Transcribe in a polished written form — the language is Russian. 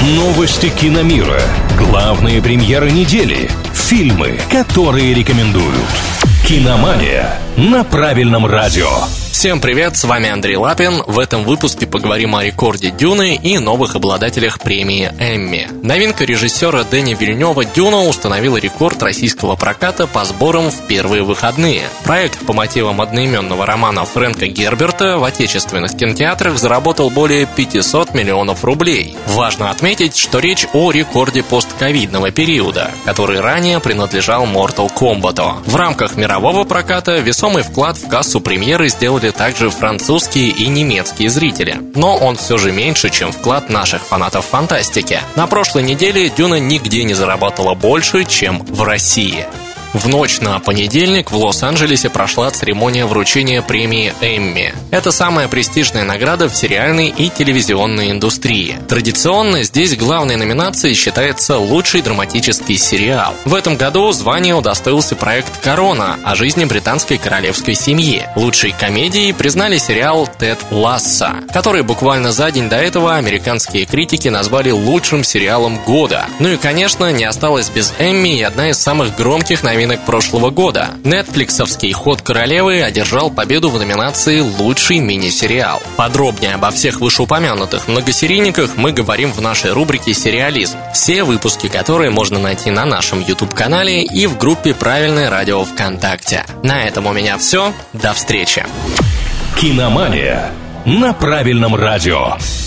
Новости киномира, главные премьеры недели, фильмы, которые рекомендуют. Киномания на правильном радио. Всем привет, с вами Андрей Лапин. В этом выпуске поговорим о рекорде Дюны и новых обладателях премии Эмми. Новинка режиссера Дэни Вильнёва «Дюна» установила рекорд российского проката по сборам в первые выходные. Проект по мотивам одноименного романа Фрэнка Герберта в отечественных кинотеатрах заработал более 500 миллионов рублей. Важно отметить, что речь о рекорде постковидного периода, который ранее принадлежал Mortal Kombat. В рамках мирового проката весомый вклад в кассу премьеры сделали также французские и немецкие зрители. Но он все же меньше, чем вклад наших фанатов фантастики. На прошлой неделе «Дюна» нигде не заработала больше, чем в России. В ночь на понедельник в Лос-Анджелесе прошла церемония вручения премии Эмми. Это самая престижная награда в сериальной и телевизионной индустрии. Традиционно здесь главной номинацией считается лучший драматический сериал. В этом году звание удостоился проект «Корона» о жизни британской королевской семьи. Лучшей комедией признали сериал «Тед Лассо», который буквально за день до этого американские критики назвали лучшим сериалом года. Ну и, конечно, не осталось без Эмми и одна из самых громких новинок прошлого года. Нетфликсовский «Ход королевы» одержал победу в номинации «Лучший мини-сериал». Подробнее обо всех вышеупомянутых многосерийниках мы говорим в нашей рубрике «Сериализм», все выпуски которые можно найти на нашем YouTube-канале и в группе «Правильное радио» ВКонтакте. На этом у меня все. До встречи. Киномания на правильном радио.